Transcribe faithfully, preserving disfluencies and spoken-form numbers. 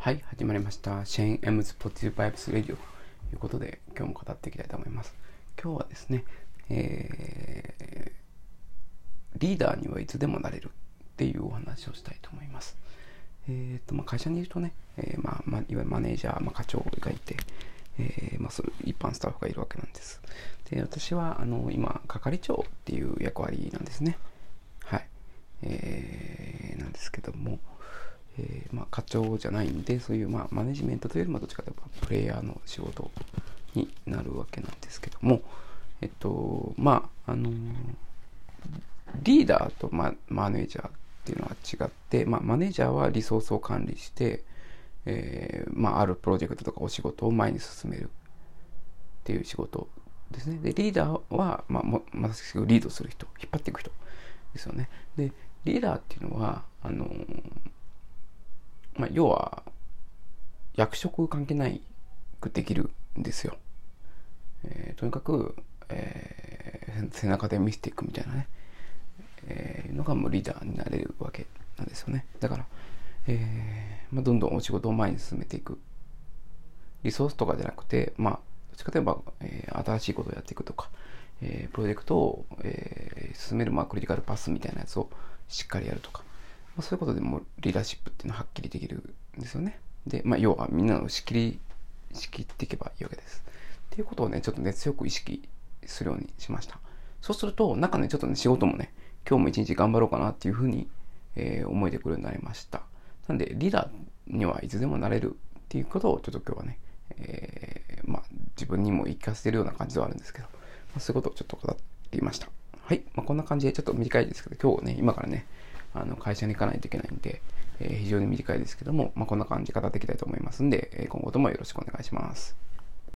はい、始まりました。シェーン・エムズ・ポジティブ・バイブス・レディオということで、今日も語っていきたいと思います。今日はですね、えー、リーダーにはいつでもなれるっていうお話をしたいと思います。えーとまあ、会社にいるとね、えーまあまあ、いわゆるマネージャー、まあ、課長がいて、えーまあ、そういう一般スタッフがいるわけなんです。で、私はあの今、係長っていう役割なんですね。はい。えー、なんですけども、えーまあ、課長じゃないんで、そういう、まあ、マネジメントというよりもどっちかというとプレイヤーの仕事になるわけなんですけども、えっとまああのー、リーダーとマ、マネージャーっていうのは違って、まあ、マネージャーはリソースを管理して、えーまあ、あるプロジェクトとかお仕事を前に進めるっていう仕事ですね。でリーダーは、まあ、まさしくリードする人、引っ張っていく人ですよね。でリーダーっていうのはあのーまあ、要は役職関係ないくできるんですよ。えー、とにかく、えー、背中で見せていくみたいなね、えー、のがもうリーダーになれるわけなんですよね。だから、えーまあ、どんどんお仕事を前に進めていく。リソースとかじゃなくて、まあ、どっちかといえば、えー、新しいことをやっていくとか、えー、プロジェクトを、えー、進める、まあ、クリティカルパスみたいなやつをしっかりやるとか、まあ、そういうことでもリーダーシップっていうのははっきりできるんですよね。で、まあ、要はみんなの仕切り、仕切っていけばいいわけです。っていうことをね、ちょっとね、強く意識するようにしました。そうすると、なんかね、ちょっとね、仕事もね、今日も一日頑張ろうかなっていうふうに、えー、思えてくるようになりました。なんで、リーダーにはいつでもなれるっていうことを、ちょっと今日はね、えー、まあ、自分にも言い聞かせてるような感じではあるんですけど、まあ、そういうことをちょっと語っていました。はい。まあ、こんな感じで、ちょっと短いですけど、今日ね、今からね、あの会社に行かないといけないんで、えー、非常に短いですけども、まあ、こんな感じで語っていきたいと思いますんで、今後ともよろしくお願いします。